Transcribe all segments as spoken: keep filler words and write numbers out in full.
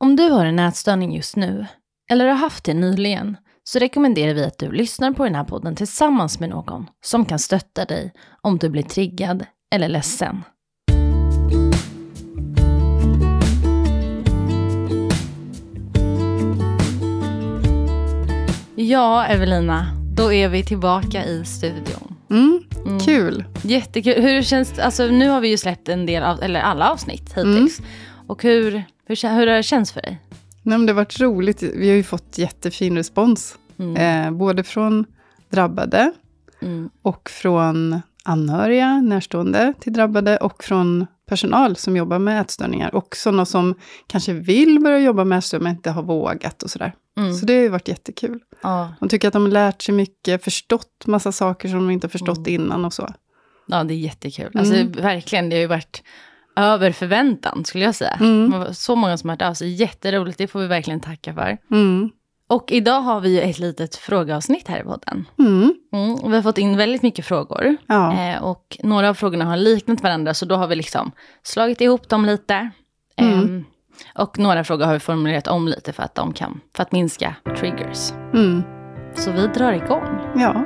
Om du har en ätstörning just nu, eller har haft det nyligen, så rekommenderar vi att du lyssnar på den här podden tillsammans med någon som kan stötta dig om du blir triggad eller ledsen. Ja, Evelina, då är vi tillbaka i studion. Mm, mm. Kul. Jättekul. Hur känns, alltså nu har vi ju släppt en del av, eller alla avsnitt hittills. Mm. Och hur, hur, hur har det känts för dig? Nej, men det har varit roligt. Vi har ju fått jättefin respons. Mm. Eh, både från drabbade mm. och från anhöriga, närstående till drabbade. Och från personal som jobbar med ätstörningar. Och sådana som kanske vill börja jobba med ätstörningar men inte har vågat och sådär. Mm. Så det har ju varit jättekul. Ja. De tycker att de har lärt sig mycket, förstått massa saker som de inte har förstått mm. innan och så. Ja, det är jättekul. Alltså mm. verkligen, det har ju varit över förväntan skulle jag säga. Mm. Så många som har hört av sig, jätteroligt, det får vi verkligen tacka för. Mm. Och idag har vi ju ett litet frågeavsnitt här i podden. Mm. Mm, vi har fått in väldigt mycket frågor. Ja. Eh, och några av frågorna har liknat varandra, så då har vi liksom slagit ihop dem lite. Mm. Eh, och några frågor har vi formulerat om lite för att de kan, för att minska triggers. Mm. Så vi drar igång. Ja.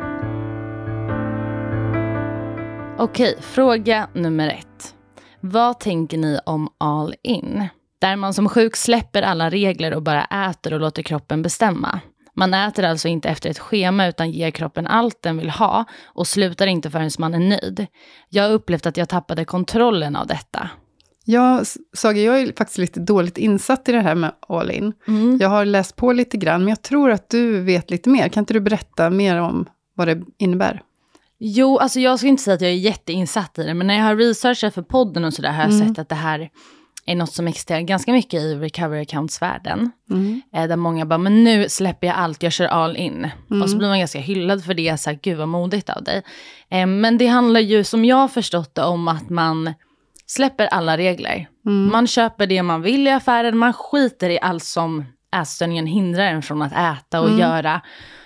Okej, fråga nummer ett. Vad tänker ni om all in? Där man som sjuk släpper alla regler och bara äter och låter kroppen bestämma. Man äter alltså inte efter ett schema utan ger kroppen allt den vill ha och slutar inte förrän man är nöjd. Jag har upplevt att jag tappade kontrollen av detta. Ja, Saga, jag är faktiskt lite dåligt insatt i det här med all in. Mm. Jag har läst på lite grann, men jag tror att du vet lite mer. Kan inte du berätta mer om vad det innebär? Jo, alltså jag ska inte säga att jag är jätteinsatt i det, men när jag har researchat för podden och sådär har jag mm. sett att det här är något som existerar ganska mycket i recovery accounts-världen. Mm. Där många bara, men nu släpper jag allt, jag kör all in. Mm. Och så blir man ganska hyllad för det, så här, gud vad modigt av dig. Men det handlar ju, som jag har förstått det, om att man släpper alla regler. Mm. Man köper det man vill i affären, man skiter i allt som ätstörningen hindrar en från att äta och mm. göra.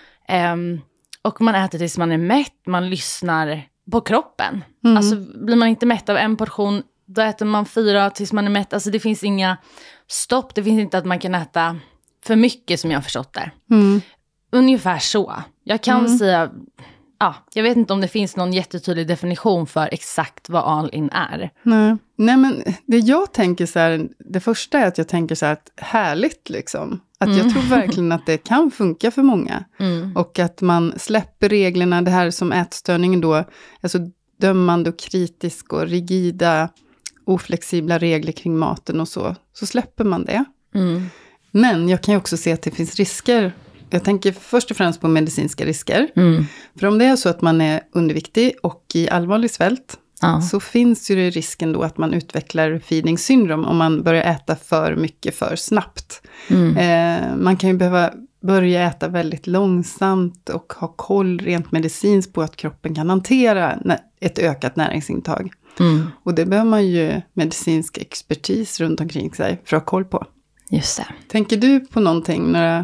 Um, och man äter tills man är mätt, man lyssnar på kroppen. Mm. Alltså blir man inte mätt av en portion, då äter man fyra tills man är mätt. Alltså det finns inga stopp, det finns inte att man kan äta för mycket som jag har förstått det. Mm. Ungefär så. Jag kan mm. säga, ja, jag vet inte om det finns någon jättetydlig definition för exakt vad all in är. Nej, Nej men det jag tänker så här, det första är att jag tänker så här att härligt liksom. Att mm. jag tror verkligen att det kan funka för många. Mm. Och att man släpper reglerna, det här som ätstörningen då, alltså dömande och kritisk och rigida, oflexibla regler kring maten och så. Så släpper man det. Mm. Men jag kan ju också se att det finns risker. Jag tänker först och främst på medicinska risker. Mm. För om det är så att man är underviktig och i allvarlig svält, ja. Så finns ju risken då att man utvecklar feeding syndrom om man börjar äta för mycket för snabbt. Mm. Eh, man kan ju behöva börja äta väldigt långsamt och ha koll rent medicinskt på att kroppen kan hantera ett ökat näringsintag. Mm. Och det behöver man ju medicinsk expertis runt omkring sig för att ha koll på. Just det. Tänker du på någonting, några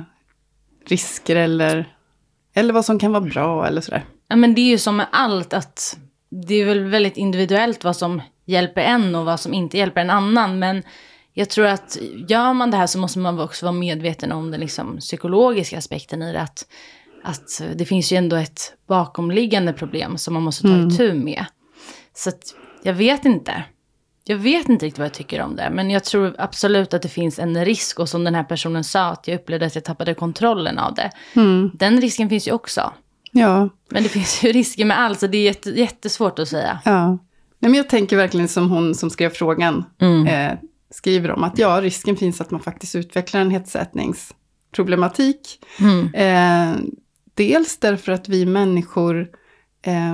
risker eller, eller vad som kan vara bra eller sådär? Ja, men det är ju som med allt att det är väl väldigt individuellt vad som hjälper en och vad som inte hjälper en annan. Men jag tror att gör man det här så måste man också vara medveten om den liksom psykologiska aspekten i det. Att, att det finns ju ändå ett bakomliggande problem som man måste ta mm. itu med. Så att jag vet inte. Jag vet inte riktigt vad jag tycker om det. Men jag tror absolut att det finns en risk. Och som den här personen sa, att jag upplevde att jag tappade kontrollen av det. Mm. Den risken finns ju också. Ja. Men det finns ju risker med allt, så det är jätte, jättesvårt att säga. Ja. Nej, men jag tänker verkligen som hon som skrev frågan mm. eh, skriver om. Att ja, risken finns att man faktiskt utvecklar en hetsätningsproblematik. Mm. Eh, dels därför att vi människor eh,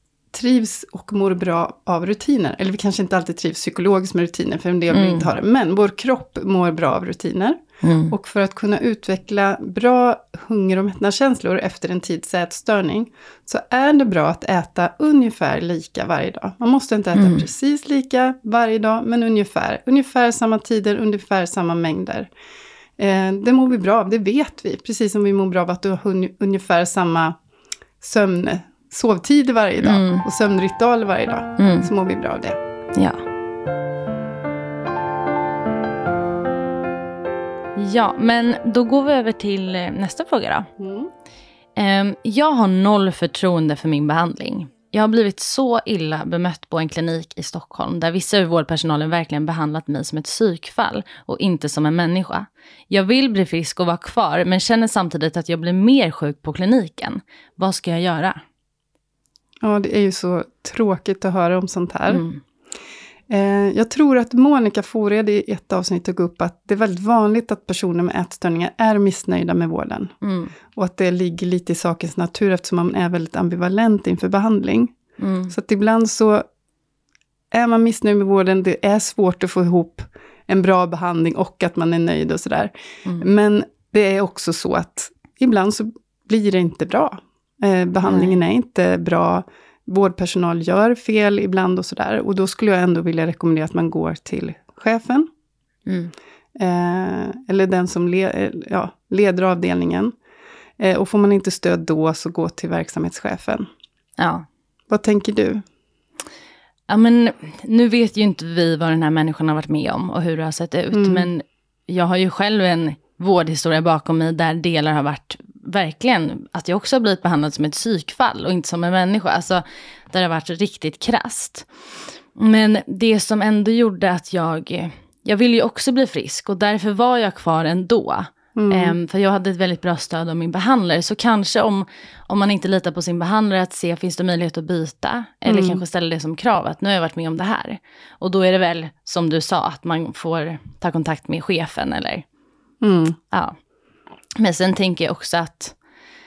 trivs och mår bra av rutiner. Eller vi kanske inte alltid trivs psykologiskt med rutiner, för en del vill mm. inte ha det. Men vår kropp mår bra av rutiner. Mm. Och för att kunna utveckla bra hunger- och mättnadskänslor efter en tids ätstörning, så är det bra att äta ungefär lika varje dag. Man måste inte äta mm. precis lika varje dag, men ungefär. Ungefär samma tider, ungefär samma mängder. Eh, det mår vi bra av, det vet vi. Precis som vi mår bra av att du har un- ungefär samma sömn, sovtider varje dag mm. och sömnritual varje dag. Mm. Så mår vi bra av det. Ja. Ja, men då går vi över till nästa fråga då. Mm. Jag har noll förtroende för min behandling. Jag har blivit så illa bemött på en klinik i Stockholm där vissa ur vårdpersonalen verkligen behandlat mig som ett psykfall och inte som en människa. Jag vill bli frisk och vara kvar men känner samtidigt att jag blir mer sjuk på kliniken. Vad ska jag göra? Ja, det är ju så tråkigt att höra om sånt här. Mm. Eh, jag tror att Monica Fored i ett avsnitt tog upp att det är väldigt vanligt att personer med ätstörningar är missnöjda med vården. Mm. Och att det ligger lite i sakens natur eftersom man är väldigt ambivalent inför behandling. Mm. Så att ibland så är man missnöjd med vården, det är svårt att få ihop en bra behandling och att man är nöjd och sådär. Mm. Men det är också så att ibland så blir det inte bra. Eh, behandlingen Nej. är inte bra. Vårdpersonal gör fel ibland och sådär. Och då skulle jag ändå vilja rekommendera att man går till chefen. Mm. Eh, eller den som le, ja, leder avdelningen. Eh, och får man inte stöd då så gå till verksamhetschefen. Ja. Vad tänker du? Ja, men nu vet ju inte vi vad den här människan har varit med om och hur det har sett ut. Mm. Men jag har ju själv en vårdhistoria bakom mig där delar har varit verkligen att jag också har blivit behandlad som ett psykfall och inte som en människa. Alltså där det har varit riktigt krasst. Men det som ändå gjorde att jag, jag ville ju också bli frisk och därför var jag kvar ändå. Mm. Um, för jag hade ett väldigt bra stöd av min behandlare. Så kanske om, om man inte litar på sin behandlare att se finns det möjlighet att byta. Eller mm. kanske ställa det som krav att nu har jag varit med om det här. Och då är det väl som du sa att man får ta kontakt med chefen eller mm. ja. Men sen tänker jag också att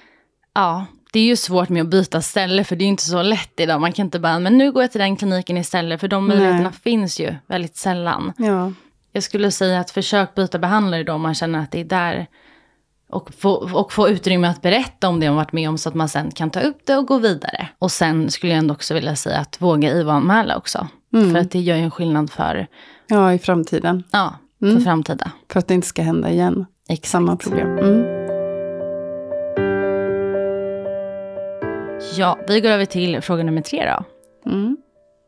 ja, det är ju svårt med att byta ställe för det är ju inte så lätt idag. Man kan inte bara, men nu går jag till den kliniken istället för de möjligheterna finns ju väldigt sällan. Ja. Jag skulle säga att försök byta behandlare då om man känner att det är där och få, och få utrymme att berätta om det man varit med om så att man sen kan ta upp det och gå vidare. Och sen skulle jag ändå också vilja säga att våga I V A-anmäla också. Mm. För att det gör ju en skillnad för... Ja, i framtiden. Ja, för mm. framtida. För att det inte ska hända igen. Exakt. Samma problem. Mm. Ja, vi går över till fråga nummer tre då. Mm.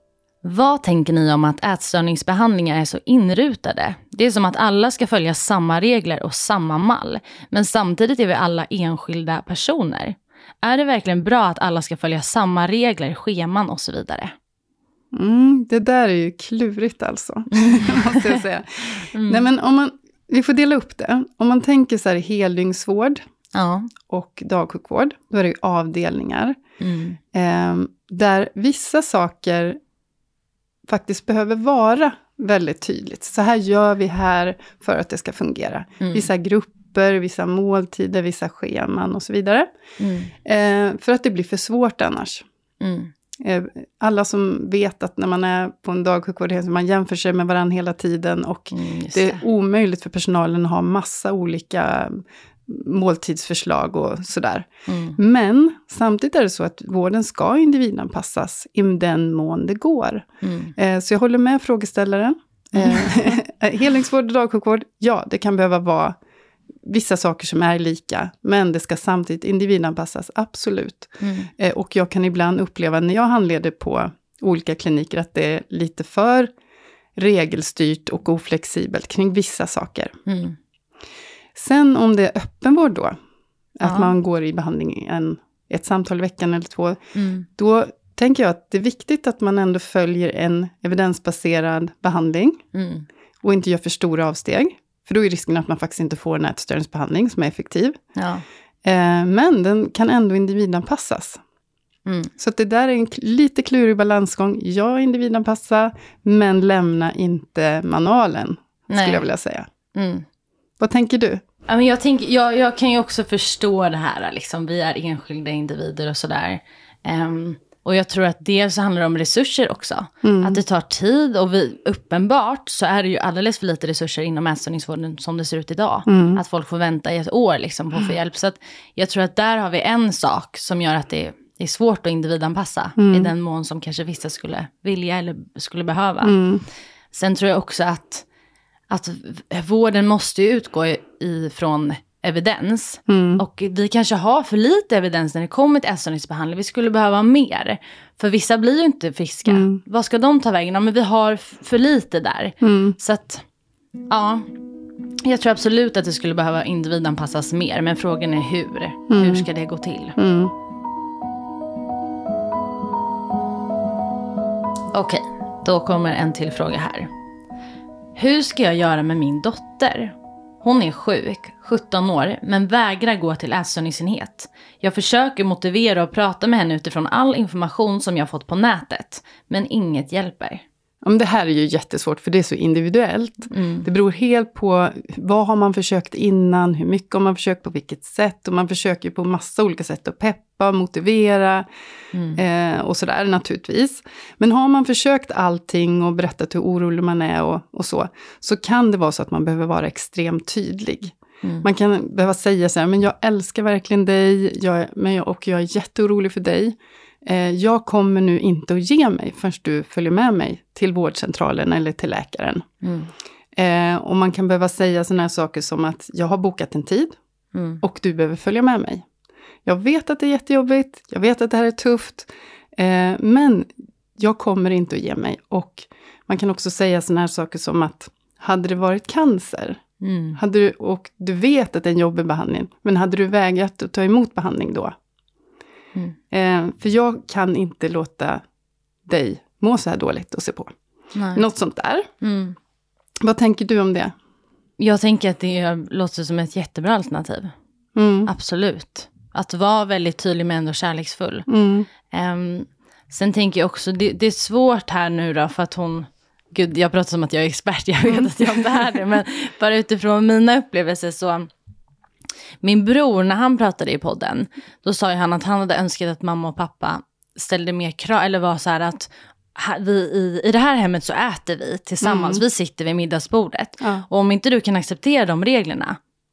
Vad tänker ni om att ätstörningsbehandlingar är så inrutade? Det är som att alla ska följa samma regler och samma mall. Men samtidigt är vi alla enskilda personer. Är det verkligen bra att alla ska följa samma regler, scheman och så vidare? Mm, det där är ju klurigt alltså. måste jag säga. Mm. Nej, men om man, vi får dela upp det. Om man tänker så här heldygnsvård ja. och dagsjukvård. Då är det ju avdelningar. Mm. Eh, där vissa saker faktiskt behöver vara väldigt tydligt. Så här gör vi här för att det ska fungera. Mm. Vissa grupper, vissa måltider, vissa scheman och så vidare. Mm. Eh, för att det blir för svårt annars. Mm. Eh, alla som vet att när man är på en dagsjukvård, man jämför sig med varandra hela tiden. Och mm, det är omöjligt för personalen att ha massa olika måltidsförslag och sådär. Mm. Men samtidigt är det så att vården ska individanpassas i den mån det går. Mm. Eh, så jag håller med frågeställaren. Eh, helhetsvård och dagsjukvård, ja, det kan behöva vara vissa saker som är lika. Men det ska samtidigt individanpassas, absolut. Mm. Eh, och jag kan ibland uppleva när jag handleder på olika kliniker att det är lite för regelstyrt och oflexibelt kring vissa saker. Mm. Sen om det är öppenvård då, ja. att man går i behandling en, ett samtal i veckan eller två, mm. då tänker jag att det är viktigt att man ändå följer en evidensbaserad behandling mm. och inte gör för stora avsteg. För då är risken att man faktiskt inte får en ätstörningsbehandling som är effektiv. Ja. Eh, men den kan ändå individanpassas. Mm. Så att det där är en lite klurig balansgång. Ja, individanpassa, men lämna inte manualen, Nej. skulle jag vilja säga. Mm. Vad tänker du? Ja, men jag, tänker, jag, jag kan ju också förstå det här. Liksom. Vi är enskilda individer och sådär. Um, och jag tror att dels så handlar det om resurser också. Mm. Att det tar tid. Och vi, uppenbart så är det ju alldeles för lite resurser inom ätstörningsvården som det ser ut idag. Mm. Att folk får vänta i ett år liksom, på att få hjälp. Så att jag tror att där har vi en sak som gör att det är svårt att individanpassa. Mm. I den mån som kanske vissa skulle vilja eller skulle behöva. Mm. Sen tror jag också att att vården måste ju utgå ifrån evidens. Mm. Och vi kanske har för lite evidens när det kommer till ätstörningsbehandling. Vi skulle behöva mer. För vissa blir ju inte friska. Mm. Vad ska de ta vägen? Ja, men vi har för lite där. Mm. Så att, ja. Jag tror absolut att det skulle behöva individanpassas mer. Men frågan är hur. Mm. Hur ska det gå till? Mm. Okej, då kommer en till fråga här. Hur ska jag göra med min dotter? Hon är sjuk, sjutton år, men vägrar gå till ätstörningsenhet. Jag försöker motivera och prata med henne utifrån all information som jag fått på nätet. Men inget hjälper. Ja, men det här är ju jättesvårt för det är så individuellt. Mm. Det beror helt på vad har man försökt innan, hur mycket har man försökt, på vilket sätt. Och man försöker på massa olika sätt att peppa, motivera mm. eh, och sådär naturligtvis. Men har man försökt allting och berättat hur orolig man är och, och så, så kan det vara så att man behöver vara extremt tydlig. Mm. Man kan behöva säga så här, men jag älskar verkligen dig jag, men jag, och jag är jätteorolig för dig. Jag kommer nu inte att ge mig förrän du följer med mig till vårdcentralen eller till läkaren. Mm. Eh, och man kan behöva säga sådana här saker som att jag har bokat en tid mm. och du behöver följa med mig. Jag vet att det är jättejobbigt, jag vet att det här är tufft, eh, men jag kommer inte att ge mig. Och man kan också säga sådana här saker som att hade det varit cancer mm. hade du, och du vet att det är en jobbig behandling, men hade du vägrat att ta emot behandling då? Mm. Eh, för jag kan inte låta dig må så här dåligt och se på. Nej. Något sånt där. Mm. Vad tänker du om det? Jag tänker att det låter som ett jättebra alternativ. Mm. Absolut. Att vara väldigt tydlig men ändå kärleksfull. Mm. Um, sen tänker jag också, det, det är svårt här nu då för att hon... Gud, jag pratar som att jag är expert, jag vet mm. att jag inte är det. Men bara utifrån mina upplevelser så... Min bror, när han pratade i podden, då sa ju han att han hade önskat att mamma och pappa ställde mer krav, eller var så här att vi, i, i det här hemmet så äter vi tillsammans, mm. vi sitter vid middagsbordet. Ja. Och om inte du kan acceptera de reglerna,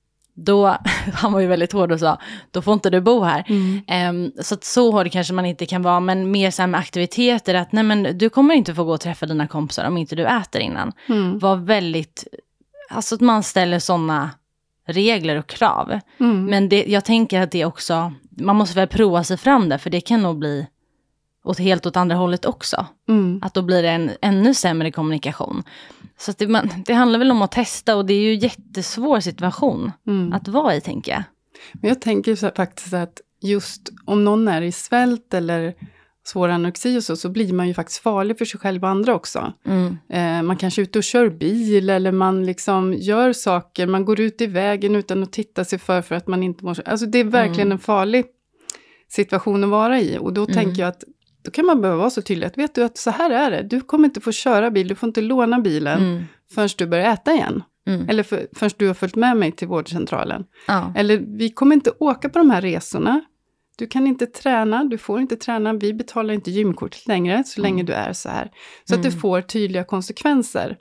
då, han var ju väldigt hård och sa, då får inte du bo här. Mm. Um, så att så hård kanske man inte kan vara, men mer så här med aktiviteter, att nej men du kommer inte få gå och träffa dina kompisar om inte du äter innan. Mm. Var väldigt, alltså att man ställer sådana regler och krav. Mm. Men det, jag tänker att det också, man måste väl prova sig fram där, för det kan nog bli åt helt åt andra hållet också. Mm. Att då blir det en ännu sämre kommunikation. Så att det, man, det handlar väl om att testa, och det är ju en jättesvår situation mm. att vara i, tänker jag. Men jag tänker så här, faktiskt att just om någon är i svält eller svår anorexi och så, så blir man ju faktiskt farlig för sig själv och andra också. Mm. Eh, man kanske är ute och kör bil, eller man liksom gör saker, man går ut i vägen utan att titta sig för för att man inte mår. Alltså det är verkligen mm. en farlig situation att vara i, och då mm. tänker jag att då kan man behöva vara så tydlig att vet du att så här är det, du kommer inte få köra bil, du får inte låna bilen mm. förrän du börjar äta igen. Mm. Eller för, förrän du har följt med mig till vårdcentralen. Ja. Eller vi kommer inte åka på de här resorna. Du kan inte träna, du får inte träna, vi betalar inte gymkortet längre så länge mm. du är så här. Så mm. att det får tydliga konsekvenser.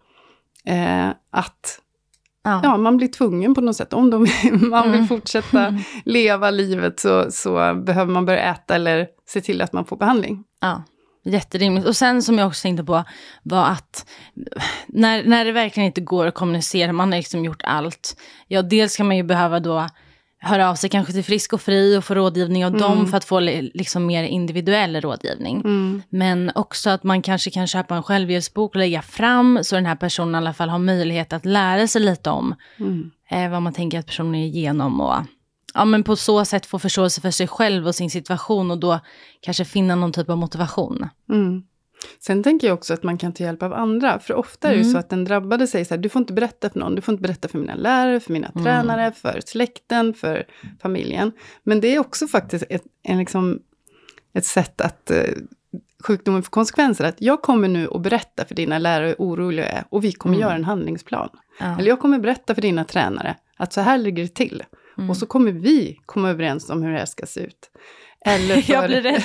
Eh, att ja. ja, man blir tvungen på något sätt. Om de, man vill fortsätta mm. leva livet så, så behöver man börja äta eller se till att man får behandling. Ja, jätterimligt. Och sen som jag också tänkte på var att när, när det verkligen inte går att kommunicera, man har liksom gjort allt. Ja, dels kan man ju behöva då höra av sig kanske till Frisk och Fri och få rådgivning av mm. dem för att få liksom mer individuell rådgivning. Mm. Men också att man kanske kan köpa en självhjälpsbok och lägga fram så den här personen i alla fall har möjlighet att lära sig lite om mm. eh, vad man tänker att personen är igenom, och ja, men på så sätt få förståelse för sig själv och sin situation, och då kanske finna någon typ av motivation. Mm. Sen tänker jag också att man kan ta hjälp av andra. För ofta är det ju mm. så att den drabbade säger så här, du får inte berätta för någon. Du får inte berätta för mina lärare, för mina mm. tränare, för släkten, för familjen. Men det är också faktiskt ett, en liksom, ett sätt att eh, sjukdomen får konsekvenser. Att jag kommer nu att berätta för dina lärare hur oroliga jag är. Och vi kommer mm. göra en handlingsplan. Ja. Eller jag kommer berätta för dina tränare att så här ligger det till. Mm. Och så kommer vi komma överens om hur det här ska se ut. Eller för... Jag blir rädd.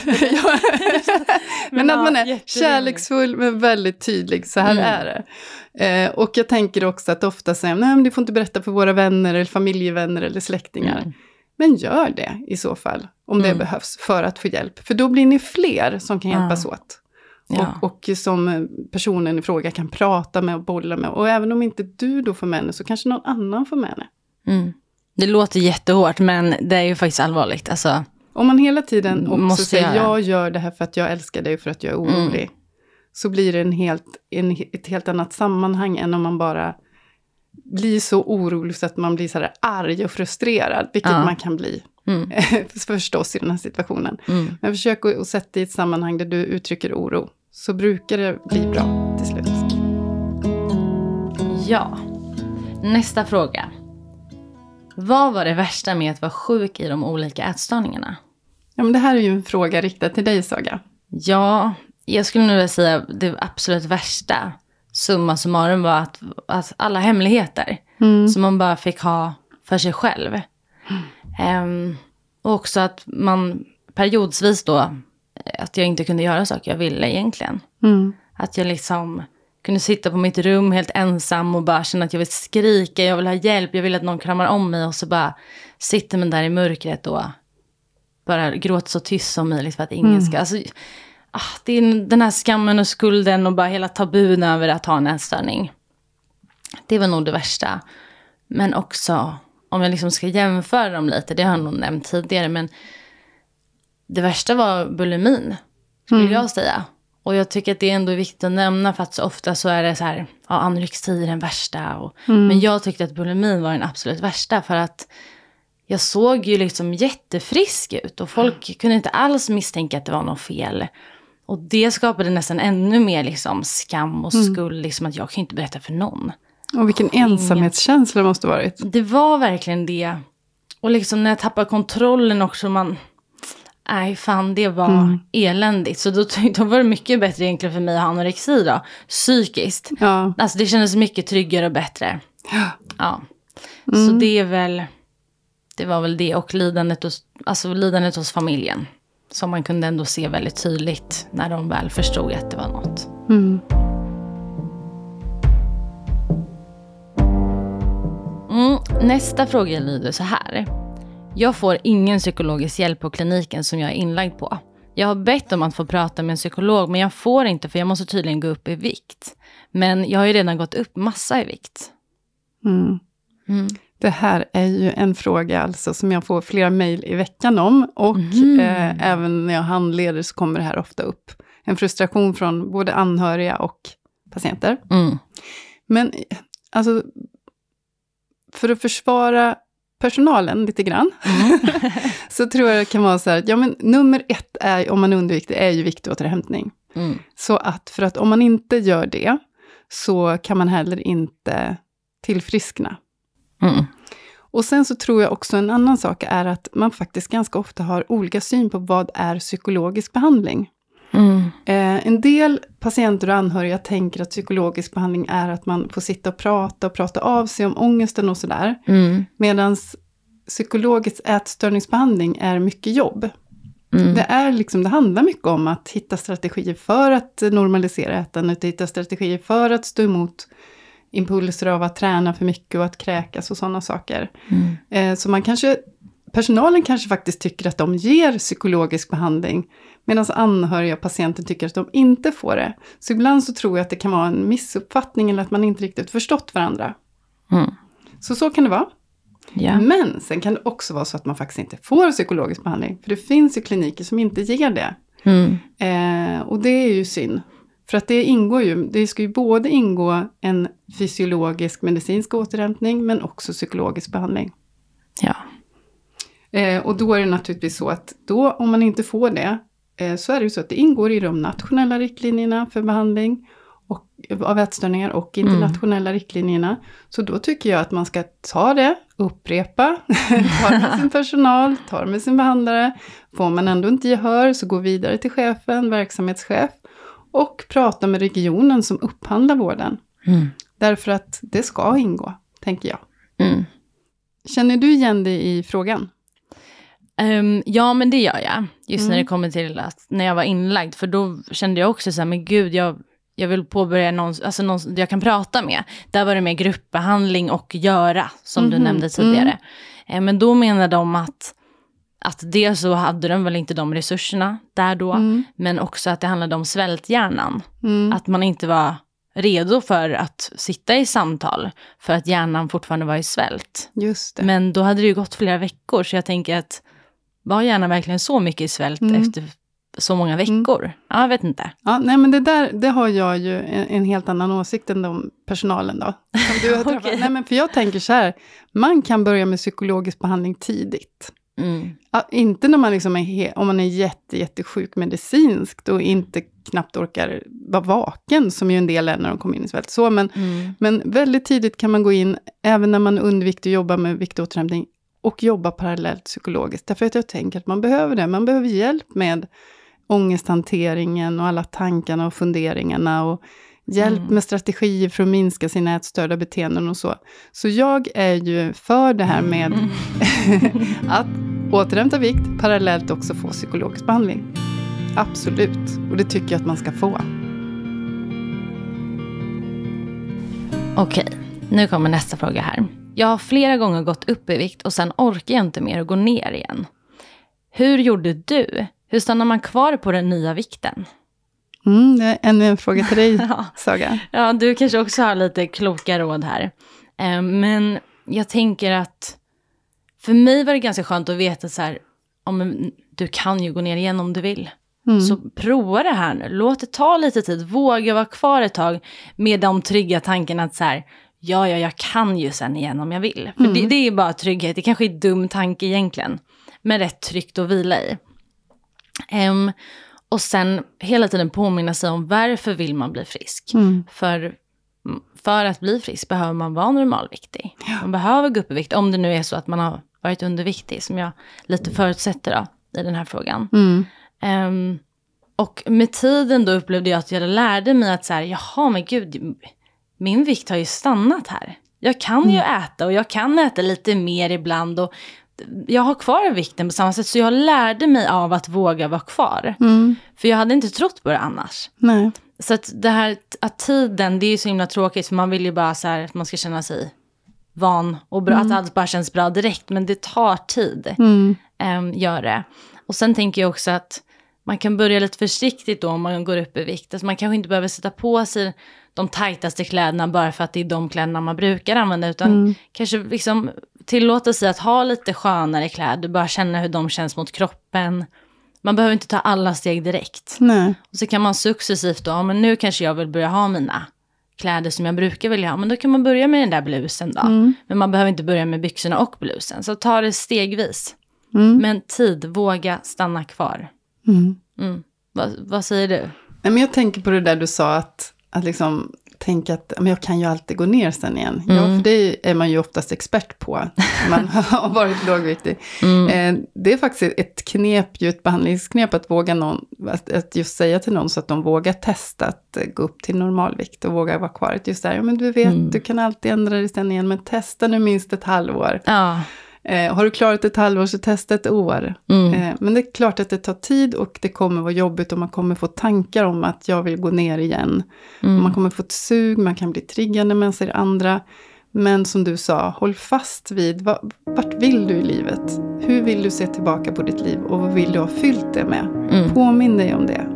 Men, men att man är kärleksfull men väldigt tydlig. Så här mm. är det. Eh, och jag tänker också att ofta säger nej, men du får inte berätta för våra vänner eller familjevänner eller släktingar. Mm. Men gör det i så fall. Om mm. det behövs för att få hjälp. För då blir ni fler som kan hjälpas ja. åt. Ja. Och, och som personen i fråga kan prata med och bolla med. Och även om inte du då får med henne så kanske någon annan får med henne. Mm. Det låter jättehårt, men det är ju faktiskt allvarligt. Alltså... Om man hela tiden också måste säger jag. jag gör det här för att jag älskar dig, för att jag är orolig. Mm. Så blir det en helt, en, ett helt annat sammanhang än om man bara bli så orolig så att man blir så här arg och frustrerad, vilket ja. man kan bli mm. förstås i den här situationen. Mm. Men försök att, att sätta det i ett sammanhang där du uttrycker oro, så brukar det bli bra till slut. Ja, nästa fråga. Vad var det värsta med att vara sjuk i de olika ätstörningarna? Ja, men det här är ju en fråga riktad till dig, Saga. Ja, jag skulle nog vilja säga det absolut värsta, summa summarum, var att, att alla hemligheter mm. som man bara fick ha för sig själv. Mm. Um, och också att man periodsvis då, att jag inte kunde göra saker jag ville egentligen. Mm. Att jag liksom kunde sitta på mitt rum helt ensam och bara känna att jag vill skrika, jag vill ha hjälp, jag vill att någon kramar om mig, och så bara sitter man där i mörkret och bara gråter så tyst som möjligt för att ingen mm. ska... Alltså, ah, det är den här skammen och skulden och bara hela tabun över att ha en ätstörning. Det var nog det värsta. Men också, om jag liksom ska jämföra dem lite, det har jag nog nämnt tidigare, men det värsta var bulimin, skulle mm. jag säga. Och jag tycker att det är ändå viktigt att nämna, för att så ofta så är det så här, ja, anorexi är den värsta. Och, mm. Men jag tyckte att bulimin var den absolut värsta, för att jag såg ju liksom jättefrisk ut. Och folk mm. kunde inte alls misstänka att det var något fel. Och det skapade nästan ännu mer liksom skam och skuld. Mm. Liksom att jag kan inte berätta för någon. Och vilken och ensamhetskänsla det måste ha varit. Det var verkligen det. Och liksom när jag tappade kontrollen också, man... Nej, fan, det var mm. eländigt. Så då, då var det mycket bättre egentligen för mig att ha anorexi då. Psykiskt. Ja. Alltså det kändes mycket tryggare och bättre. Ja. ja. Mm. Så det är väl... Det var väl det. Och lidandet hos, alltså lidandet hos familjen. Som man kunde ändå se väldigt tydligt när de väl förstod att det var något. Mm. Mm. Nästa fråga lyder så här. Jag får ingen psykologisk hjälp på kliniken som jag är inlagd på. Jag har bett om att få prata med en psykolog, men jag får inte, för jag måste tydligen gå upp i vikt. Men jag har ju redan gått upp massa i vikt. Mm. Mm. Det här är ju en fråga alltså som jag får flera mejl i veckan om. Och mm. eh, även när jag handleder så kommer det här ofta upp. En frustration från både anhöriga och patienter. Mm. Men alltså, för att försvara personalen lite grann. Mm. så tror jag det kan vara så här. Ja, men nummer ett är, om man undviker det, är ju viktåterhämtning. Mm. Så att för att om man inte gör det så kan man heller inte tillfriskna. Mm. Och sen så tror jag också en annan sak är att man faktiskt ganska ofta har olika syn på vad är psykologisk behandling. Mm. Eh, en del patienter och anhöriga tänker att psykologisk behandling är att man får sitta och prata och prata av sig om ångesten och sådär. Mm. Medan psykologisk ätstörningsbehandling är mycket jobb. Mm. Det, är liksom, det handlar mycket om att hitta strategier för att normalisera ätandet, hitta strategier för att stå emot impulser av att träna för mycket och att kräkas och sådana saker. Mm. Eh, så man kanske, personalen kanske faktiskt tycker att de ger psykologisk behandling, medan anhöriga patienter tycker att de inte får det. Så ibland så tror jag att det kan vara en missuppfattning eller att man inte riktigt förstått varandra. Mm. Så så kan det vara. Yeah. Men sen kan det också vara så att man faktiskt inte får psykologisk behandling. För det finns ju kliniker som inte ger det. Mm. Eh, och det är ju synd. För att det ingår ju, det ska ju både ingå en fysiologisk medicinsk återhämtning men också psykologisk behandling. Ja. Eh, och då är det naturligtvis så att då, om man inte får det, eh, så är det ju så att det ingår i de nationella riktlinjerna för behandling och, av ätstörningar och internationella mm. riktlinjerna. Så då tycker jag att man ska ta det, upprepa, ta med sin personal, ta med sin behandlare. Får man ändå inte gehör så gå vidare till chefen, verksamhetschef. Och prata med regionen som upphandlar vården. Mm. Därför att det ska ingå, tänker jag. Mm. Känner du igen dig i frågan? Um, ja, men det gör jag. Just mm. när det kommer till att när jag var inlagd. För då kände jag också så här, men gud, jag, jag vill påbörja någon, alltså någon jag kan prata med. Där var det mer gruppbehandling och göra, som mm. du nämnde tidigare. Mm. Uh, men då menade de att Att det så hade de väl inte de resurserna där då. Mm. Men också att det handlade om svälthjärnan. Mm. Att man inte var redo för att sitta i samtal. För att hjärnan fortfarande var i svält. Just det. Men då hade det ju gått flera veckor. Så jag tänker att var hjärnan verkligen så mycket i svält mm. efter så många veckor. Mm. Ja, jag vet inte. Ja, nej men det där, det har jag ju en, en helt annan åsikt än de personalen då. Som du har träffat. Okay. Nej men för jag tänker så här, man kan börja med psykologisk behandling tidigt. Mm. Ja, inte när man liksom är, he- om man är jätte, jättesjuk medicinskt och inte knappt orkar vara vaken, som ju en del är när de kommer in i svält. Så, men, mm. men väldigt tidigt kan man gå in, även när man är underviktig och jobbar med viktåterhämtning, och jobba parallellt psykologiskt. Därför att jag tänker att man behöver det. Man behöver hjälp med ångesthanteringen och alla tankarna och funderingarna och hjälp mm. med strategier för att minska sina ätstörda beteenden och så. Så jag är ju för det här med mm. att återhämta vikt, parallellt också få psykologisk behandling. Absolut. Och det tycker jag att man ska få. Okej, nu kommer nästa fråga här. Jag har flera gånger gått upp i vikt och sen orkar jag inte mer och går ner igen. Hur gjorde du? Hur stannar man kvar på den nya vikten? Mm, det är ännu en fråga till dig, ja. Saga. Ja, du kanske också har lite kloka råd här. Eh, men jag tänker att för mig var det ganska skönt att veta så här, om du kan ju gå ner igen om du vill. Mm. Så prova det här nu. Låt det ta lite tid. Våga vara kvar ett tag med de trygga tankarna att så här, ja, ja, jag kan ju sen igen om jag vill. För mm. det, det är bara trygghet. Det kanske är en dum tanke egentligen. Men rätt tryggt att vila i. Um, och sen hela tiden påminna sig om varför vill man bli frisk. Mm. För, för att bli frisk behöver man vara normalviktig. Ja. Man behöver gå upp i vikt. Om det nu är så att man har varit underviktig. Som jag lite förutsätter då, i den här frågan. Mm. Um, och med tiden då upplevde jag att jag lärde mig att så här, jaha men gud, min vikt har ju stannat här. Jag kan mm. ju äta och jag kan äta lite mer ibland och jag har kvar vikten på samma sätt. Så jag lärde mig av att våga vara kvar. Mm. För jag hade inte trott på det annars. Nej. Så att det här att tiden, det är ju så himla tråkigt. För man vill ju bara så här att man ska känna sig van och bra. Mm. Att allt bara känns bra direkt. Men det tar tid. Mm. Um, gör det. Och sen tänker jag också att man kan börja lite försiktigt då om man går upp i vikt. Alltså man kanske inte behöver sätta på sig de tajtaste kläderna bara för att det är de kläderna man brukar använda. Utan mm. kanske liksom tillåta sig att ha lite skönare kläder. Bara känna hur de känns mot kroppen. Man behöver inte ta alla steg direkt. Nej. Och så kan man successivt då, men nu kanske jag vill börja ha mina kläder som jag brukar vilja ha. Men då kan man börja med den där blusen då. Mm. Men man behöver inte börja med byxorna och blusen. Så ta det stegvis. Mm. Men tid, våga stanna kvar. Mm. Mm. Va, vad säger du? Nej, men jag tänker på det där du sa att, att liksom tänka att men jag kan ju alltid gå ner sen igen. Mm. Ja, för det är man ju oftast expert på. Man har varit lågviktig. Mm. Eh, det är faktiskt ett knep, ju ett behandlingsknep att våga någon, att, att just säga till någon så att de vågar testa att gå upp till normalvikt och våga vara kvar. Just där, ja, men du vet, mm. du kan alltid ändra dig sen igen, men testa nu minst ett halvår. Ja. Eh, har du klarat ett halvår så testa ett år. Mm. Eh, men det är klart att det tar tid och det kommer vara jobbigt och man kommer få tankar om att jag vill gå ner igen. Mm. Man kommer få ett sug, man kan bli triggande med sig andra. Men som du sa, håll fast vid vad, vart vill du i livet? Hur vill du se tillbaka på ditt liv och vad vill du ha fyllt det med? Mm. Påminn dig om det.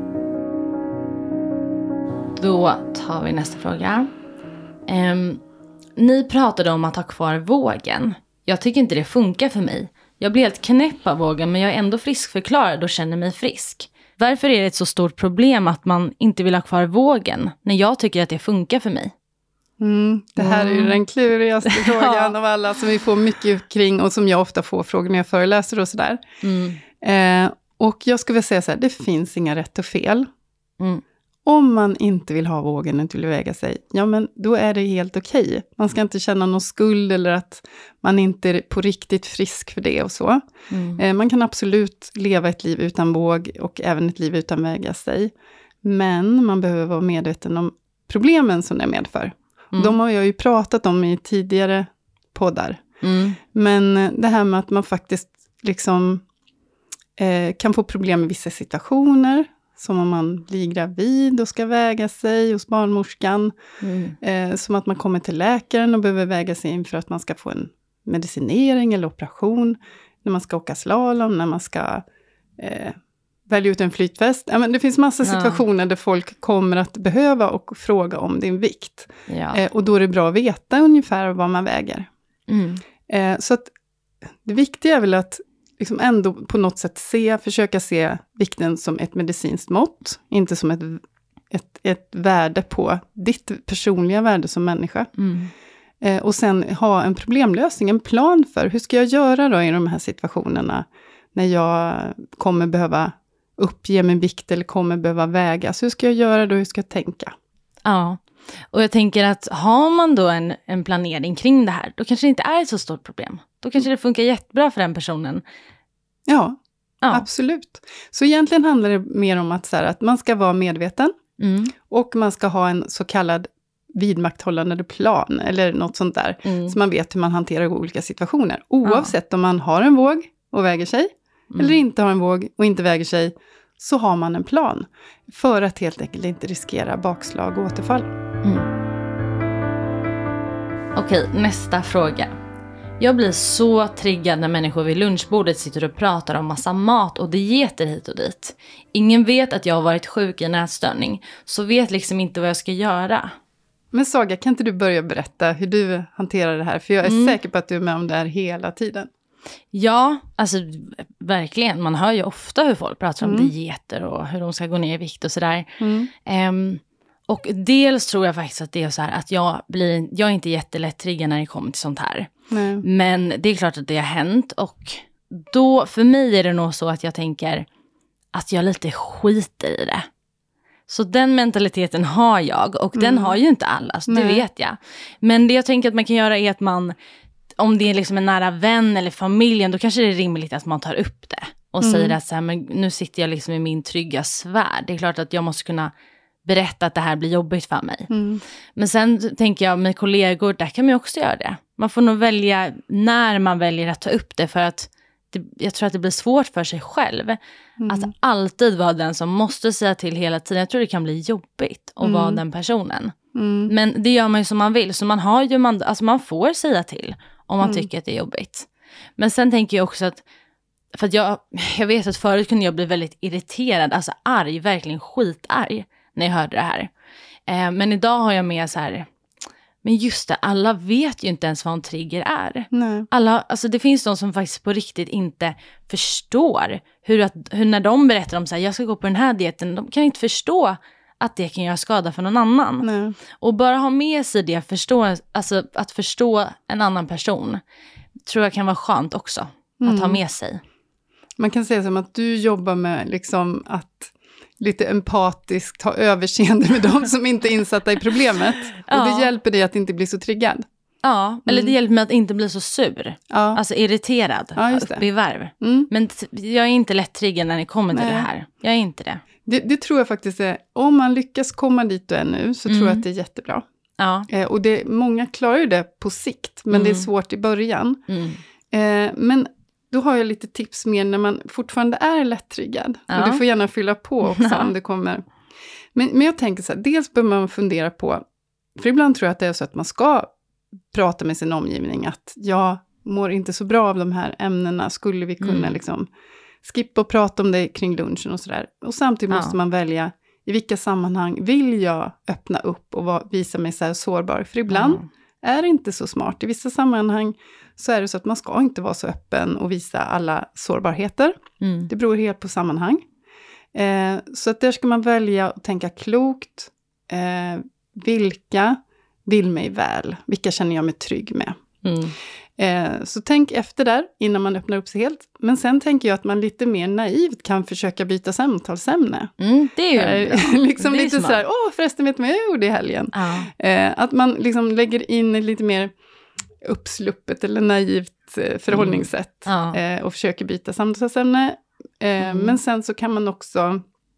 Då tar vi nästa fråga. Um, ni pratade om att ha kvar vågen. Jag tycker inte det funkar för mig. Jag blir helt knäpp av vågen men jag är ändå friskförklarad och känner mig frisk. Varför är det ett så stort problem att man inte vill ha kvar vågen när jag tycker att det funkar för mig? Mm, det här är ju den klurigaste frågan ja. Av alla som vi får mycket kring och som jag ofta får frågor när jag föreläser och sådär. Mm. Eh, och jag skulle vilja säga så här, det finns inga rätt och fel. Mm. Om man inte vill ha vågen och inte vill väga sig, ja men då är det helt okej. Man ska inte känna någon skuld eller att man inte är på riktigt frisk för det och så. Mm. Eh, man kan absolut leva ett liv utan våg och även ett liv utan väga sig. Men man behöver vara medveten om problemen som det medför. Mm. De har jag ju pratat om i tidigare poddar. Mm. Men det här med att man faktiskt liksom eh, kan få problem i vissa situationer. Som om man blir gravid och ska väga sig hos barnmorskan. Mm. Eh, som att man kommer till läkaren och behöver väga sig in för att man ska få en medicinering eller operation. När man ska åka slalom, när man ska eh, välja ut en flytväst. Ja, men det finns massa situationer ja. Där folk kommer att behöva och fråga om din vikt. Ja. Eh, och då är det bra att veta ungefär vad man väger. Mm. Eh, så att det viktiga är väl att liksom ändå på något sätt se, försöka se vikten som ett medicinskt mått. Inte som ett, ett, ett värde på ditt personliga värde som människa. Mm. Eh, och sen ha en problemlösning, en plan för hur ska jag göra då i de här situationerna. När jag kommer behöva uppge min vikt eller kommer behöva väga. Så hur ska jag göra då, hur ska jag tänka? Ja, och jag tänker att har man då en, en planering kring det här, då kanske det inte är ett så stort problem. Då kanske det funkar jättebra för den personen. Ja, ja. absolut. Så egentligen handlar det mer om att, så här, att man ska vara medveten. Mm. Och man ska ha en så kallad vidmakthållande plan. Eller något sånt där. Mm. Så man vet hur man hanterar olika situationer. Oavsett ja. om man har en våg och väger sig. Mm. Eller inte har en våg och inte väger sig. Så har man en plan. För att helt enkelt inte riskera bakslag och återfall. Mm. Okej, nästa fråga. Jag blir så triggad när människor vid lunchbordet sitter och pratar om massa mat och dieter hit och dit. Ingen vet att jag har varit sjuk i en ätstörning. Så vet liksom inte vad jag ska göra. Men Saga, kan inte du börja berätta hur du hanterar det här? För jag är mm. säker på att du är med om det här hela tiden. Ja, alltså verkligen. Man hör ju ofta hur folk pratar om mm. dieter och hur de ska gå ner i vikt och sådär. Mm. Um, och dels tror jag faktiskt att det är så här att jag, blir, jag är inte jättelätt triggad när det kommer till sånt här. Nej. Men det är klart att det har hänt. Och då, för mig är det nog så att jag tänker att jag lite skiter i det. Så den mentaliteten har jag. Och mm. den har ju inte alla, så det vet jag. Men det jag tänker att man kan göra är att man... Om det är liksom en nära vän eller familjen, då kanske det är rimligt att man tar upp det. Och mm. säger att så här, men nu sitter jag liksom i min trygga sfär. Det är klart att jag måste kunna berätta att det här blir jobbigt för mig. Mm. Men sen tänker jag med kollegor, där kan man ju också göra det. Man får nog välja när man väljer att ta upp det. För att det, jag tror att det blir svårt för sig själv. Mm. Att alltid vara den som måste säga till hela tiden. Jag tror det kan bli jobbigt att mm. vara den personen. Mm. Men det gör man ju som man vill. Så man har ju, man, alltså man får säga till. Om man mm. tycker att det är jobbigt. Men sen tänker jag också att... För att jag, jag vet att förut kunde jag bli väldigt irriterad. Alltså arg, verkligen skitarg. När jag hörde det här. Eh, men idag har jag med så här... Men just det, alla vet ju inte ens vad en trigger är. Nej. Alla, alltså det finns de som faktiskt på riktigt inte förstår. Hur, att, hur när de berättar om så här, jag ska gå på den här dieten. De kan inte förstå att det kan göra skada för någon annan. Nej. Och bara ha med sig det, förstå, alltså att förstå en annan person, tror jag kan vara skönt också. Mm. Att ha med sig. Man kan säga som att du jobbar med liksom att lite empatiskt ha överseende med de som inte är insatta i problemet. Ja. Och det hjälper dig att inte bli så triggad. Ja, mm. eller det hjälper mig att inte bli så sur. Ja. Alltså irriterad, ja, just det. Bevarv. Mm. Men t- jag är inte lätt triggad när det kommer till Nej. det här. Jag är inte det. Det, det tror jag faktiskt är, om man lyckas komma dit du är nu så mm. tror jag att det är jättebra. Ja. Eh, och det, många klarar ju det på sikt, men mm. det är svårt i början. Mm. Eh, men då har jag lite tips mer när man fortfarande är lättriggad. Ja. Och du får gärna fylla på också ja. om det kommer. Men, men jag tänker så här, dels bör man fundera på, för ibland tror jag att det är så att man ska prata med sin omgivning att jag mår inte så bra av de här ämnena, skulle vi kunna mm. liksom skippa och prata om det kring lunchen och sådär. Och samtidigt ja. måste man välja i vilka sammanhang vill jag öppna upp och va, visa mig så här sårbar. För ibland mm. är det inte så smart. I vissa sammanhang så är det så att man ska inte vara så öppen och visa alla sårbarheter. Mm. Det beror helt på sammanhang. Eh, så att där ska man välja att tänka klokt. Eh, vilka vill mig väl? Vilka känner jag mig trygg med? Mm. Eh, så tänk efter där innan man öppnar upp sig helt. Men sen tänker jag att man lite mer naivt kan försöka byta samtalsämne. Mm, det är ju eh, liksom det är lite sådär, åh förresten vet du vad jag gjorde i helgen? Ja. Eh, att man liksom lägger in ett lite mer uppsluppet eller naivt eh, förhållningssätt. Mm. Ja. Eh, och försöker byta samtalsämne. Eh, mm. Men sen så kan man också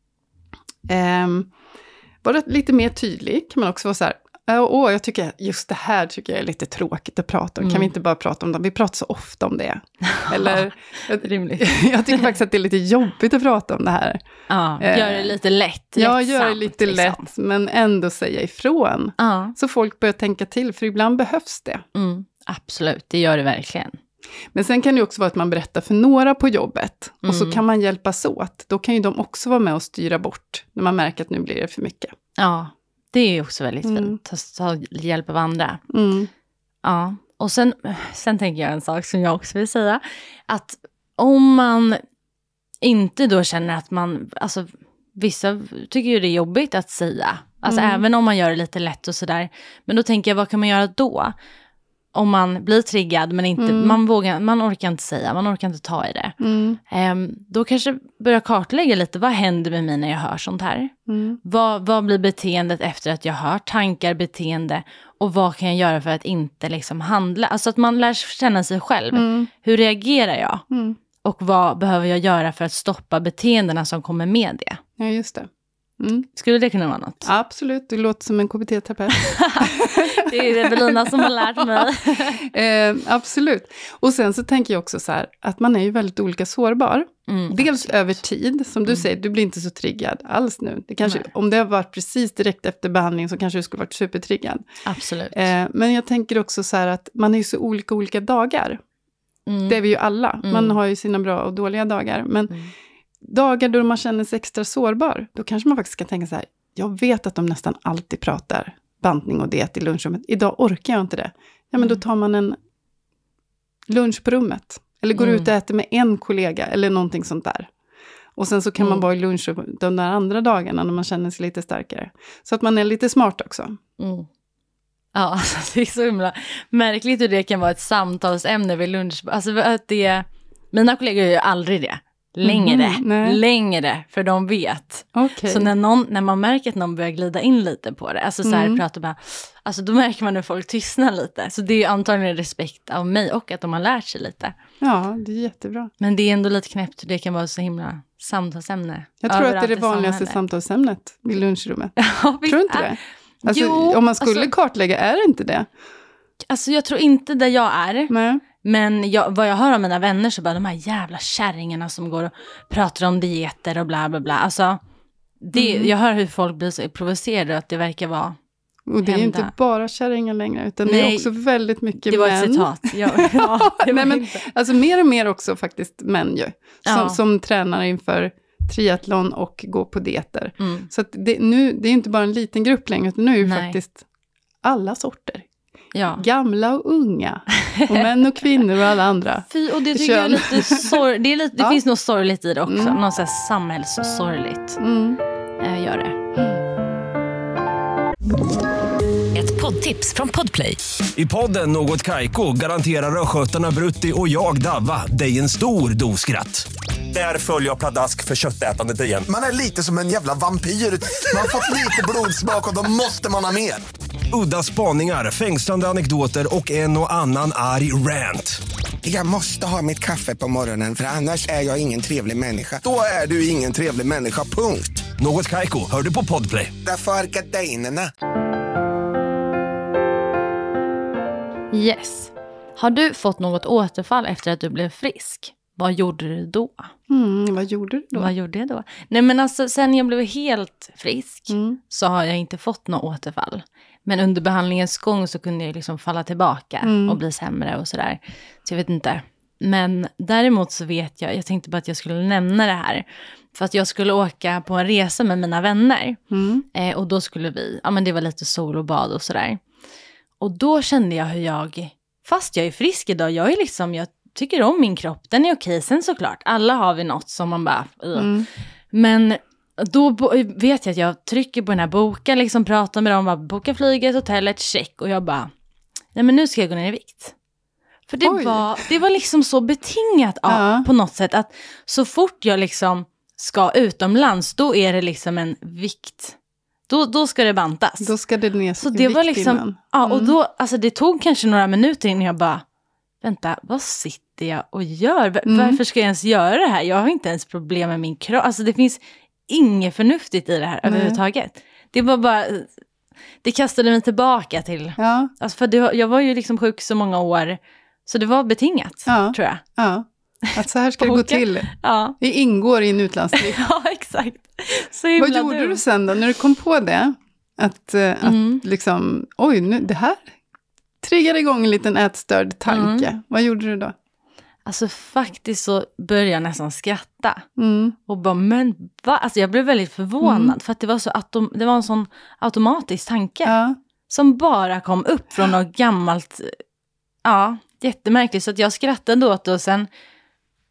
eh, vara lite mer tydlig. Kan man också vara så här, åh, jag tycker just det här tycker jag är lite tråkigt att prata om. Mm. Kan vi inte bara prata om det? Vi pratar så ofta om det. Eller, rimligt. Jag tycker faktiskt att det är lite jobbigt att prata om det här. Ja, gör det lite lätt. Ja, gör det lite liksom. lätt, men ändå säga ifrån. Ja. Så folk börjar tänka till, för ibland behövs det. Mm, absolut, det gör det verkligen. Men sen kan det också vara att man berättar för några på jobbet. Mm. Och så kan man hjälpas åt. Då kan ju de också vara med och styra bort. När man märker att nu blir det för mycket. Ja, det är ju också väldigt mm. fint. Ta, ta hjälp av andra. Mm. Ja, och sen, sen tänker jag en sak som jag också vill säga. Att om man inte då känner att man, alltså vissa tycker ju det är jobbigt att säga. Alltså mm. även om man gör det lite lätt och sådär. Men då tänker jag, vad kan man göra då? Om man blir triggad men inte, mm. man, vågar, man orkar inte säga, man orkar inte ta i det. Mm. Um, då kanske börja kartlägga lite, vad händer med mig när jag hör sånt här? Mm. Vad, vad blir beteendet efter att jag hör tankar, beteende? Och vad kan jag göra för att inte liksom handla? Alltså att man lär känna sig själv. Mm. Hur reagerar jag? Mm. Och vad behöver jag göra för att stoppa beteendena som kommer med det? Ja, just det. Mm. Skulle det kunna vara något? Absolut, du låter som en K B T-terapeut. Det är Evelina som har lärt mig. eh, absolut. Och sen så tänker jag också så här, att man är ju väldigt olika sårbar. Mm, Dels absolut. Över tid, som du mm. säger, du blir inte så triggad alls nu. Det kanske, om det har varit precis direkt efter behandling så kanske du skulle varit supertriggad. Absolut. Eh, men jag tänker också så här att man är ju så olika olika dagar. Mm. Det är vi ju alla. Man mm. har ju sina bra och dåliga dagar. Men mm. dagar då man känner sig extra sårbar, då kanske man faktiskt ska tänka så här, jag vet att de nästan alltid pratar bantning och diet i lunchrummet. Idag orkar jag inte det. Ja, men mm. då tar man en lunch på rummet. Eller går mm. ut och äter med en kollega eller någonting sånt där. Och sen så kan mm. man vara i lunchrummet de där andra dagarna när man känner sig lite starkare. Så att man är lite smart också. Mm. Ja, alltså, det är så himla märkligt hur det kan vara ett samtalsämne vid lunch. Alltså att det, mina kollegor gör ju aldrig det. Längre, mm, längre, för de vet. Okay. Så när, någon, när man märker att någon börjar glida in lite på det, alltså så här mm. pratar bara, alltså då märker man när folk tystnar lite. Så det är ju antagligen respekt av mig och att de har lärt sig lite. Ja, det är jättebra. Men det är ändå lite knäppt, det kan vara så himla samtalsämne. Jag tror att det är det vanligaste samtalsämnet i lunchrummet. Ja, tror du inte det? Alltså, jo, om man skulle alltså, kartlägga, är det inte det? Alltså jag tror inte där jag är. Nej. Men jag, vad jag hör av mina vänner så bara de här jävla kärringarna som går och pratar om dieter och bla bla bla. Alltså, det, mm. jag hör hur folk blir så provocerade att det verkar vara och det är hända. Inte bara kärringar längre, utan Nej, det är också väldigt mycket det var män. Ett citat. Ja, ja, det Nej, men, alltså mer och mer också faktiskt män ju. Som, ja. som tränar inför triathlon och går på dieter. Mm. Så att det, nu, det är inte bara en liten grupp längre, utan nu är det Nej. faktiskt alla sorter. Ja. Gamla och unga. Och män och kvinnor och alla andra. Fy, och det tycker Kön. jag är lite sorg, det, är lite, det ja. finns något sorgligt i det också. Mm. Något så här samhällssorgligt. Mm. Jag gör det. Mm. Ett poddtips från Podplay. I podden Något Kaiko garanterar röskötarna Brutti och jag Davva dig en stor doskratt. Där följer jag pladask för köttätandet igen. Man är lite som en jävla vampyr. Man har fått lite blodsmak och då måste man ha mer. Udda spaningar, fängslande anekdoter och en och annan arg rant. Jag måste ha mitt kaffe på morgonen för annars är jag ingen trevlig människa. Då är du ingen trevlig människa, punkt. Något Kaiko, hör du på Podplay. Därför är gardinerna. Yes. Har du fått något återfall efter att du blev frisk? Vad gjorde du då? Mm, vad gjorde du då? Vad gjorde jag då? Nej men alltså sen jag blev helt frisk mm. så har jag inte fått något återfall. Men under behandlingens gång så kunde jag liksom falla tillbaka mm. och bli sämre och sådär. Så jag vet inte. Men däremot så vet jag, jag tänkte bara att jag skulle nämna det här. För att jag skulle åka på en resa med mina vänner. Mm. Eh, och då skulle vi, ja men det var lite sol och bad och sådär. Och då kände jag hur jag, fast jag är frisk idag, jag är liksom, jag tycker om min kropp. Den är okej, sen såklart. Alla har vi något som man bara, mm. Men då bo- vet jag att jag trycker på den här boken, liksom pratar med dem, bara, boka flyget, hotellet, check. Och jag bara, nej men nu ska jag gå ner i vikt. För det var, det var liksom så betingat av, ja. på något sätt, att så fort jag liksom ska utomlands, då är det liksom en vikt. Då, då ska det bantas. Då ska det ner så det var liksom, mm. ja, och då, alltså det tog kanske några minuter innan jag bara, vänta, vad sitter jag och gör? Mm. Varför ska jag ens göra det här? Jag har inte ens problem med min kropp. Alltså det finns inget förnuftigt i det här Nej. överhuvudtaget. Det var bara, det kastade mig tillbaka till, ja. alltså för det, jag var ju liksom sjuk så många år, så det var betingat, ja. tror jag. Ja, att så här ska det gå till. Ja. Det ingår i en utlandstrip. Ja, exakt. Så himla Vad gjorde dum. du sen då, när du kom på det? Att, mm. att liksom, oj, nu, det här triggade igång en liten ätstörd tanke. Mm. Vad gjorde du då? Alltså faktiskt så började jag nästan skratta. Mm. Och bara, men va? Alltså jag blev väldigt förvånad. Mm. För att det var, så atom- det var en sån automatisk tanke. Ja. Som bara kom upp från något gammalt. Ja, jättemärkligt. Så att jag skrattade åt det och sen.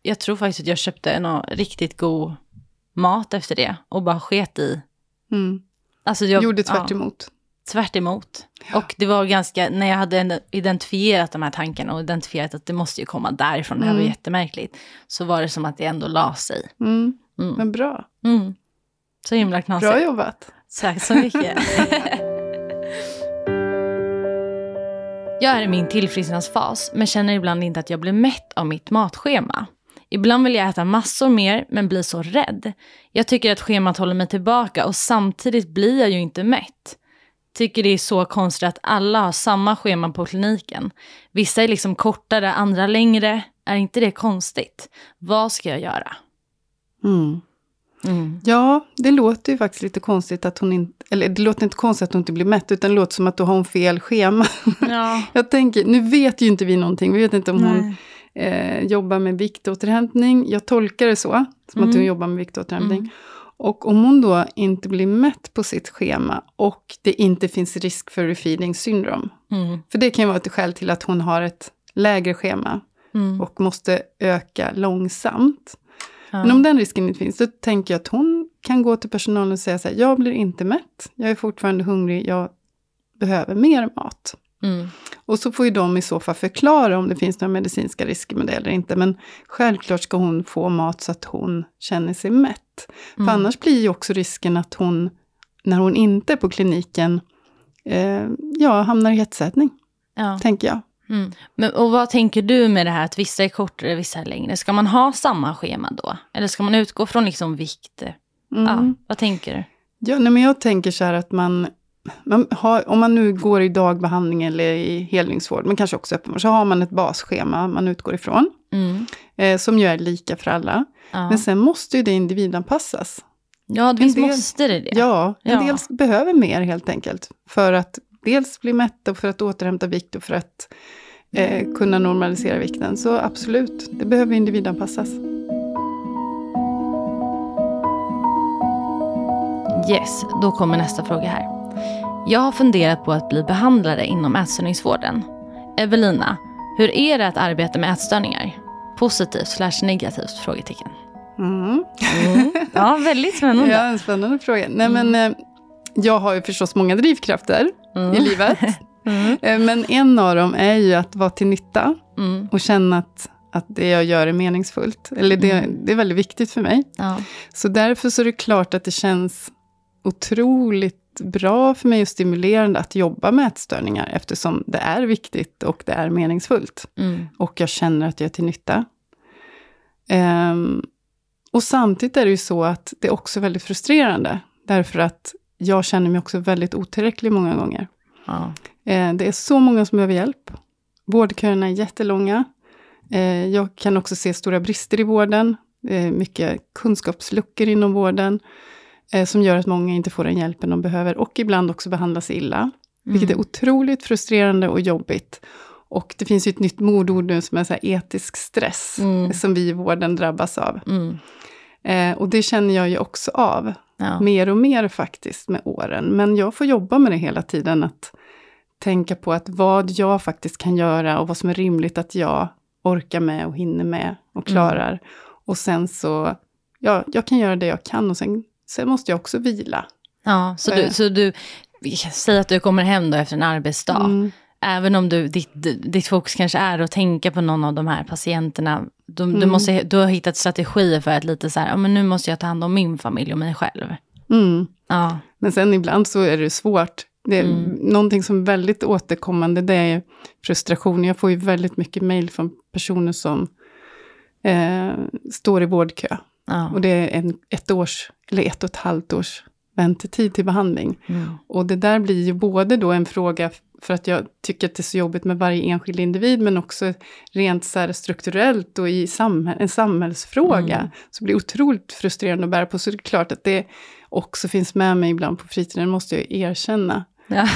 jag tror faktiskt att jag köpte en riktigt god mat efter det. Och bara sket i. Mm. Alltså jag, Gjorde tvärt emot. Ja, tvärt emot. Ja. Och det var ganska, när jag hade identifierat de här tankarna och identifierat att det måste ju komma därifrån, det här mm. var jättemärkligt, så var det som att det ändå la sig. Mm. Mm. Men bra. Mm. Så himla knasigt. Bra jobbat. Tack så mycket. Jag är i min tillfrisknadsfas, men känner ibland inte att jag blir mätt av mitt matschema. Ibland vill jag äta massor mer, men blir så rädd. Jag tycker att schemat håller mig tillbaka och samtidigt blir jag ju inte mätt. Tycker det är så konstigt att alla har samma schema på kliniken. Vissa är liksom kortare, andra längre. Är inte det konstigt? Vad ska jag göra? Mm. Mm. Ja, det låter ju faktiskt lite konstigt att hon inte, eller det låter inte konstigt att hon inte blir mätt, utan det låter som att då har hon fel schema. Ja. Jag tänker, nu vet ju inte vi någonting, vi vet inte om Nej. hon eh, jobbar med viktåterhämtning. Jag tolkar det så, som mm. att hon jobbar med viktåterhämtning. Mm. Och om hon då inte blir mätt på sitt schema och det inte finns risk för refeeding syndrom. Mm. För det kan ju vara ett skäl till att hon har ett lägre schema mm. och måste öka långsamt. Ja. Men om den risken inte finns, så tänker jag att hon kan gå till personalen och säga så här: jag blir inte mätt, jag är fortfarande hungrig, jag behöver mer mat. Mm. Och så får ju de i så fall förklara om det finns några medicinska risker med det eller inte. Men självklart ska hon få mat så att hon känner sig mätt. Mm. För annars blir ju också risken att hon, när hon inte är på kliniken, eh, ja, hamnar i hetsätning, ja. tänker jag. Mm. Men, och vad tänker du med det här att vissa är kortare, vissa är längre? Ska man ha samma schema då? Eller ska man utgå från liksom vikt? Mm. Ja, vad tänker du? Ja, nej, men jag tänker så här att man, man har, om man nu går i dagbehandling eller i helningsvård, men kanske också öppenvård, så har man ett basschema man utgår ifrån. Mm. Eh, som ju är lika för alla. Ja. Men sen måste ju det individanpassas. Ja, visst måste det det. Ja, en ja. del behöver mer helt enkelt. För att dels bli mätt och för att återhämta vikt och för att eh, kunna normalisera vikten. Så absolut, det behöver individanpassas. Yes, då kommer nästa fråga här. Jag har funderat på att bli behandlare inom ätstörningsvården. Evelina, hur är det att arbeta med ätstörningar? Positivt slash negativt? Frågetecken. Mm. Mm. Ja, väldigt spännande. Ja, en spännande fråga. Nej, mm. men eh, jag har ju förstås många drivkrafter mm. i livet. Mm. Eh, men en av dem är ju att vara till nytta. Mm. Och känna att, att det jag gör är meningsfullt. Eller det, mm. det är väldigt viktigt för mig. Ja. Så därför så är det klart att det känns otroligt bra för mig och stimulerande att jobba med ätstörningar, eftersom det är viktigt och det är meningsfullt. Mm. Och jag känner att jag är till nytta. Um, och samtidigt är det ju så att det är också väldigt frustrerande, därför att jag känner mig också väldigt otillräcklig många gånger. Ja. Uh, det är så många som behöver hjälp. Vårdköerna är jättelånga. Uh, jag kan också se stora brister i vården. Uh, mycket kunskapsluckor inom vården. Som gör att många inte får den hjälpen de behöver. Och ibland också behandlas illa. Mm. Vilket är otroligt frustrerande och jobbigt. Och det finns ju ett nytt modord nu som är så här etisk stress. Mm. Som vi i vården drabbas av. Mm. Eh, och det känner jag ju också av. Ja. Mer och mer faktiskt med åren. Men jag får jobba med det hela tiden. Att tänka på att vad jag faktiskt kan göra. Och vad som är rimligt att jag orkar med och hinner med. Och klarar. Mm. Och sen så, ja, jag kan göra det jag kan. Och sen... Sen måste jag också vila. Ja, så du, så du säger att du kommer hem då efter en arbetsdag. Mm. Även om du, ditt, ditt fokus kanske är att tänka på någon av de här patienterna. Du, mm. du, måste, du har hittat strategier för att lite så här, ja, men nu måste jag ta hand om min familj och mig själv. Mm. Ja. Men sen ibland så är det svårt. Det är mm. någonting som är väldigt återkommande, det är frustration. Jag får ju väldigt mycket mejl från personer som eh, står i vårdkö. Ja. Och det är en, ett års, eller ett och ett halvt års väntetid till behandling. Mm. Och det där blir ju både då en fråga för att jag tycker att det är så jobbigt med varje enskild individ, men också rent så här strukturellt och i samhäll, en samhällsfråga. Mm. Så det blir otroligt frustrerande att bära på. Så det är klart att det också finns med mig ibland på fritiden, måste jag erkänna. Ja.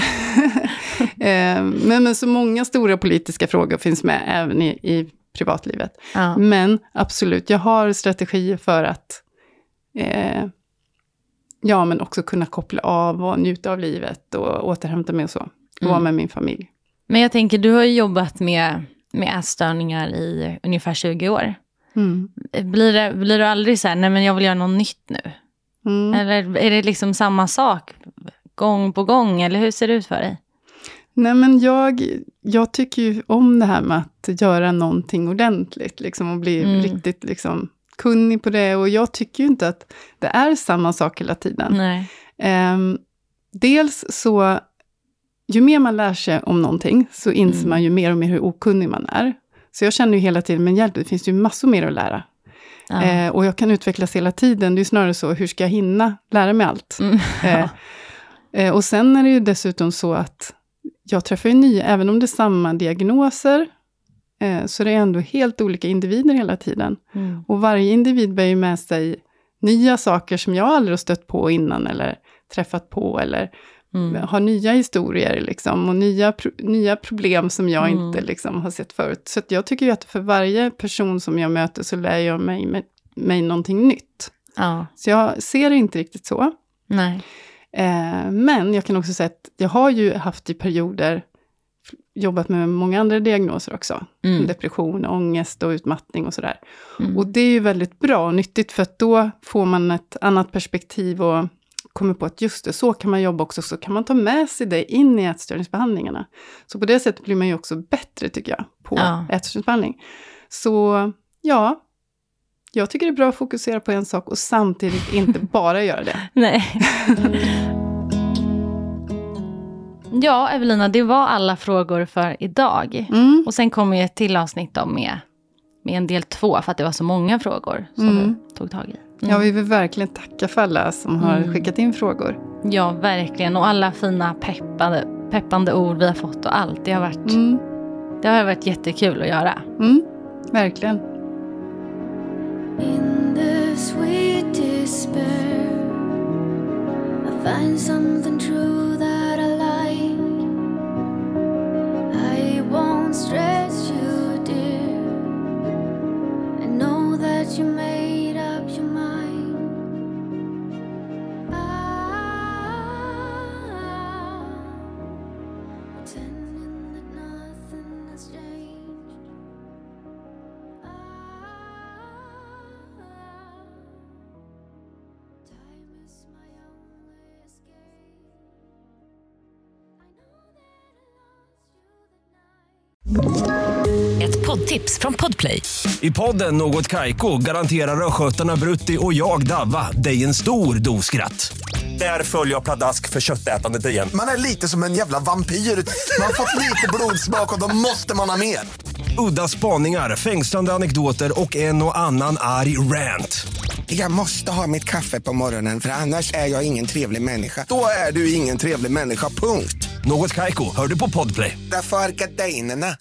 men, men så många stora politiska frågor finns med även i, i privatlivet. Ja. Men absolut, jag har strategier för att eh, ja, men också kunna koppla av och njuta av livet och återhämta mig och så. Och mm. vara med min familj. Men jag tänker, du har ju jobbat med, med ätstörningar i ungefär tjugo år. Mm. Blir, det, blir du aldrig så här, nej men jag vill göra något nytt nu? Mm. Eller är det liksom samma sak gång på gång? Eller hur ser det ut för dig? Nej, men jag, jag tycker ju om det här med att göra någonting ordentligt. Liksom, och bli mm. riktigt liksom, kunnig på det. Och jag tycker ju inte att det är samma sak hela tiden. Nej. Um, dels så, ju mer man lär sig om någonting så inser mm. man ju mer och mer hur okunnig man är. Så jag känner ju hela tiden, men hjälp, det finns ju massor mer att lära. Ja. Eh, och jag kan utvecklas hela tiden. Det är snarare så, hur ska jag hinna lära mig allt? Mm. Ja. Eh, eh, och sen är det ju dessutom så att jag träffar ju nya, även om det är samma diagnoser, eh, så det är ändå helt olika individer hela tiden. Mm. Och varje individ bär ju med sig nya saker som jag aldrig har stött på innan, eller träffat på, eller mm. har nya historier liksom, och nya, pro- nya problem som jag mm. inte liksom, har sett förut. Så att jag tycker ju att för varje person som jag möter så lär jag mig, mig, mig någonting nytt. Ja. Så jag ser det inte riktigt så. Nej. Eh, men jag kan också säga att jag har ju haft i perioder jobbat med många andra diagnoser också. Mm. Depression, ångest och utmattning och sådär. Mm. Och det är ju väldigt bra och nyttigt, för att då får man ett annat perspektiv och kommer på att just det, så kan man jobba också. Så kan man ta med sig det in i ätstörningsbehandlingarna. Så på det sättet blir man ju också bättre, tycker jag, på ja. ätstörningsbehandling. Så ja, jag tycker det är bra att fokusera på en sak och samtidigt inte bara göra det. Nej. Ja, Evelina, det var alla frågor för idag. Mm. Och sen kommer ju ett till avsnitt om med, med en del två, för att det var så många frågor som mm. du tog tag i. Mm. Ja, vi vill verkligen tacka för alla som har mm. skickat in frågor. Ja, verkligen. Och alla fina peppande, peppande ord vi har fått och allt. Det har varit, mm. det har varit jättekul att göra. Mm. Verkligen. In the sweet despair, I find something true that I like. I won't stress you, dear. I know that you made up your mind. Ah, pretending that nothing has changed. Ah, time is my only escape. I know that I lost you that night. Ett poddtips från Podplay. I podden Något Kaiko garanterar röskötarna Brutti och jag Davva dig en stor dos skratt. Där följer jag pladask för köttätandet igen. Man är lite som en jävla vampyr. Man har fått lite blodsmak och då måste man ha mer. Udda spaningar, fängslande anekdoter och en och annan arg rant. Jag måste ha mitt kaffe på morgonen, för annars är jag ingen trevlig människa. Då är du ingen trevlig människa, punkt. Något Kaiko, hör du på Podplay. Därför är gardinerna.